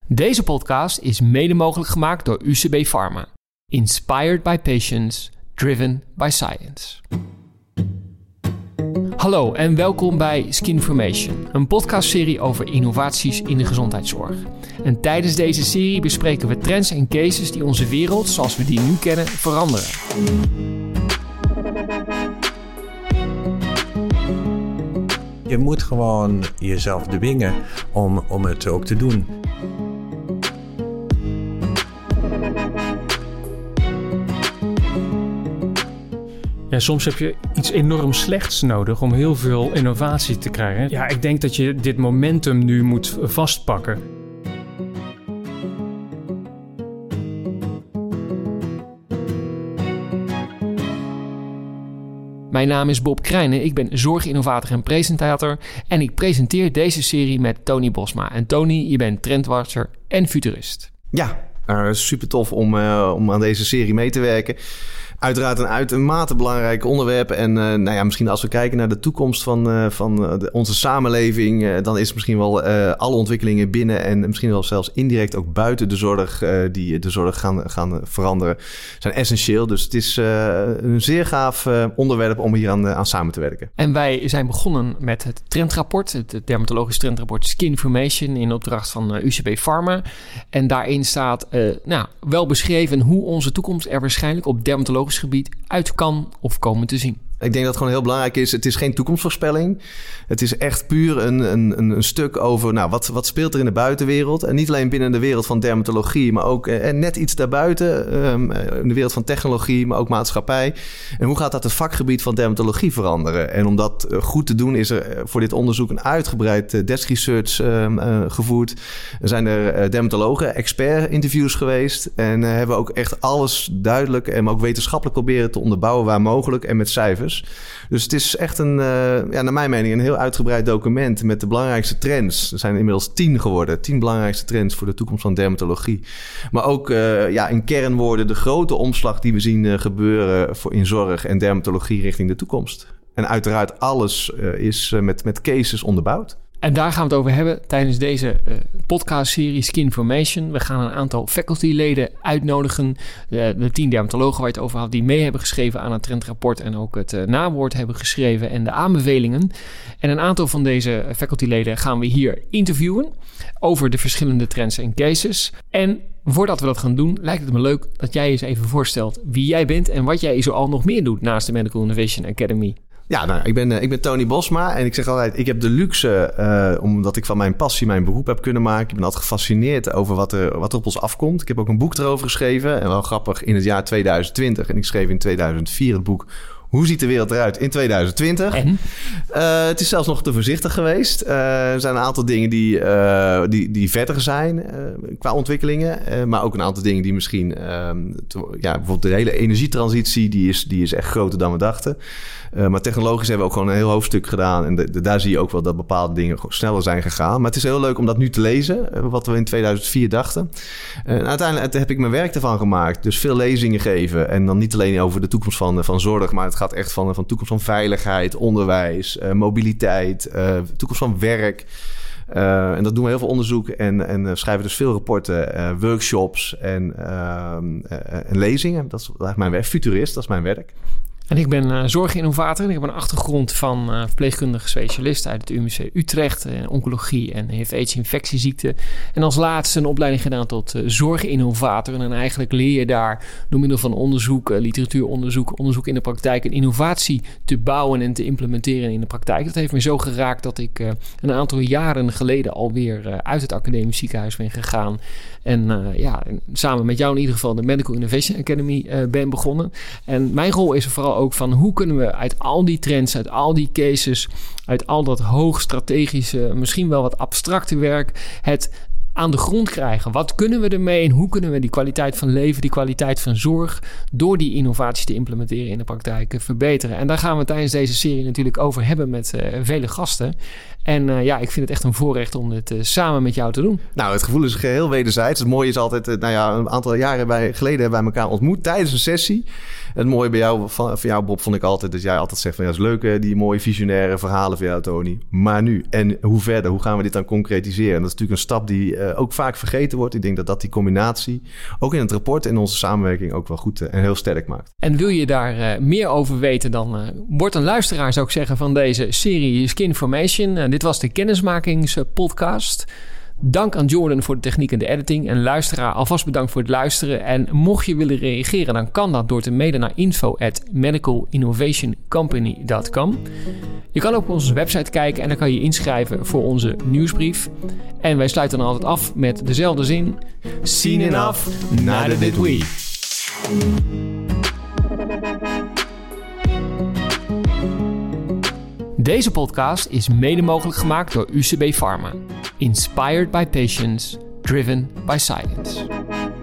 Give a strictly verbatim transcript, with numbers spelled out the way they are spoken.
Deze podcast is mede mogelijk gemaakt door U C B Pharma. Inspired by patients, driven by science. Hallo en welkom bij Skinformation, een podcastserie over innovaties in de gezondheidszorg. En tijdens deze serie bespreken we trends en cases die onze wereld, zoals we die nu kennen, veranderen. Je moet gewoon jezelf dwingen om, om het ook te doen. Ja, soms heb je iets enorm slechts nodig om heel veel innovatie te krijgen. Ja, ik denk dat je dit momentum nu moet vastpakken. Mijn naam is Bob Krijnen, ik ben zorginnovator en presentator en ik presenteer deze serie met Tony Bosma. En Tony, je bent trendwatcher en futurist. Ja, uh, super tof om, uh, om aan deze serie mee te werken. Uiteraard een uitermate belangrijk onderwerp. En uh, nou ja, misschien als we kijken naar de toekomst van, uh, van de, onze samenleving, Uh, dan is misschien wel uh, alle ontwikkelingen binnen en misschien wel zelfs indirect ook buiten de zorg, uh, die de zorg gaan, gaan veranderen, zijn essentieel. Dus het is uh, een zeer gaaf uh, onderwerp om hier aan, uh, aan samen te werken. En wij zijn begonnen met het trendrapport, het dermatologisch trendrapport Skinformation in opdracht van uh, U C B Pharma. En daarin staat uh, nou, wel beschreven hoe onze toekomst er waarschijnlijk op dermatologisch gebied uit kan of komen te zien. Ik denk dat het gewoon heel belangrijk is. Het is geen toekomstvoorspelling. Het is echt puur een, een, een stuk over nou, wat, wat speelt er in de buitenwereld. En niet alleen binnen de wereld van dermatologie, maar ook eh, net iets daarbuiten. Um, in de wereld van technologie, maar ook maatschappij. En hoe gaat dat het vakgebied van dermatologie veranderen? En om dat uh, goed te doen is er voor dit onderzoek een uitgebreid uh, desk research uh, uh, gevoerd. Er zijn er uh, dermatologen, expert interviews geweest. En uh, hebben ook echt alles duidelijk en ook wetenschappelijk proberen te onderbouwen waar mogelijk en met cijfers. Dus het is echt een, uh, ja, naar mijn mening, een heel uitgebreid document met de belangrijkste trends. Er zijn inmiddels tien geworden. Tien belangrijkste trends voor de toekomst van dermatologie. Maar ook uh, ja, in kernwoorden de grote omslag die we zien uh, gebeuren voor in zorg en dermatologie richting de toekomst. En uiteraard alles uh, is uh, met, met cases onderbouwd. En daar gaan we het over hebben tijdens deze uh, podcastserie Skinformation. We gaan een aantal facultyleden uitnodigen. Uh, de tien dermatologen waar je het over had, die mee hebben geschreven aan het trendrapport en ook het uh, nawoord hebben geschreven en de aanbevelingen. En een aantal van deze facultyleden gaan we hier interviewen over de verschillende trends en cases. En voordat we dat gaan doen, lijkt het me leuk dat jij eens even voorstelt wie jij bent en wat jij zoal nog meer doet naast de Medical Innovation Academy. Ja, nou, ik ben, uh, ik ben Tony Bosma en ik zeg altijd, ik heb de luxe, uh, omdat ik van mijn passie mijn beroep heb kunnen maken. Ik ben altijd gefascineerd over wat er, wat er op ons afkomt. Ik heb ook een boek erover geschreven en wel grappig in het jaar tweeduizend twintig. En ik schreef in tweeduizend vier het boek Hoe ziet de wereld eruit in tweeduizend twintig? En? Uh, het is zelfs nog te voorzichtig geweest. Uh, er zijn een aantal dingen die, uh, die, die verder zijn uh, qua ontwikkelingen. Uh, maar ook een aantal dingen die misschien Uh, te, ja, bijvoorbeeld de hele energietransitie, die is, die is echt groter dan we dachten. Uh, maar technologisch hebben we ook gewoon een heel hoofdstuk gedaan. En de, de, daar zie je ook wel dat bepaalde dingen sneller zijn gegaan. Maar het is heel leuk om dat nu te lezen, uh, wat we in tweeduizend vier dachten. Uh, en uiteindelijk heb ik mijn werk ervan gemaakt. Dus veel lezingen geven. En dan niet alleen over de toekomst van, van zorg, maar het gaat echt van, van toekomst van veiligheid, onderwijs, uh, mobiliteit, uh, toekomst van werk. Uh, en dat doen we heel veel onderzoek en, en uh, schrijven dus veel rapporten, uh, workshops en, uh, uh, en lezingen. Dat is, dat is mijn werk. Futurist, dat is mijn werk. En ik ben uh, zorginnovator en ik heb een achtergrond van uh, verpleegkundige specialist uit het U M C Utrecht, uh, oncologie en H I V-AIDS infectieziekten. En als laatste een opleiding gedaan tot uh, zorginnovator. En eigenlijk leer je daar door middel van onderzoek, uh, literatuuronderzoek, onderzoek in de praktijk, een innovatie te bouwen en te implementeren in de praktijk. Dat heeft me zo geraakt dat ik uh, een aantal jaren geleden alweer uh, uit het academisch ziekenhuis ben gegaan. En uh, ja, samen met jou in ieder geval de Medical Innovation Academy uh, ben begonnen. En mijn rol is er vooral ook van hoe kunnen we uit al die trends, uit al die cases, uit al dat hoogstrategische, misschien wel wat abstracte werk, het aan de grond krijgen. Wat kunnen we ermee en hoe kunnen we die kwaliteit van leven, die kwaliteit van zorg, door die innovaties te implementeren in de praktijk verbeteren. En daar gaan we tijdens deze serie natuurlijk over hebben met uh, vele gasten. En uh, ja, ik vind het echt een voorrecht om dit uh, samen met jou te doen. Nou, het gevoel is geheel wederzijds. Het mooie is altijd, uh, nou ja, een aantal jaren bij, geleden hebben wij elkaar ontmoet tijdens een sessie. Het mooie bij jou, van, van jou, Bob, vond ik altijd dat jij altijd zegt van ja, het is leuk, hè, die mooie visionaire verhalen van jou, Tony. Maar nu, en hoe verder? Hoe gaan we dit dan concretiseren? En dat is natuurlijk een stap die, uh, ook vaak vergeten wordt. Ik denk dat dat die combinatie, ook in het rapport en in onze samenwerking, ook wel goed uh, en heel sterk maakt. En wil je daar uh, meer over weten, dan uh, word een luisteraar, zou ik zeggen, van deze serie Skinformation. Uh, dit was de kennismakingspodcast. Dank aan Jordan voor de techniek en de editing. En luisteraar, alvast bedankt voor het luisteren. En mocht je willen reageren, dan kan dat door te mailen naar info at medical innovation company dot com. Je kan ook op onze website kijken en dan kan je inschrijven voor onze nieuwsbrief. En wij sluiten dan altijd af met dezelfde zin. Seen enough, neither did we. Deze podcast is mede mogelijk gemaakt door U C B Pharma. Inspired by patients, driven by science.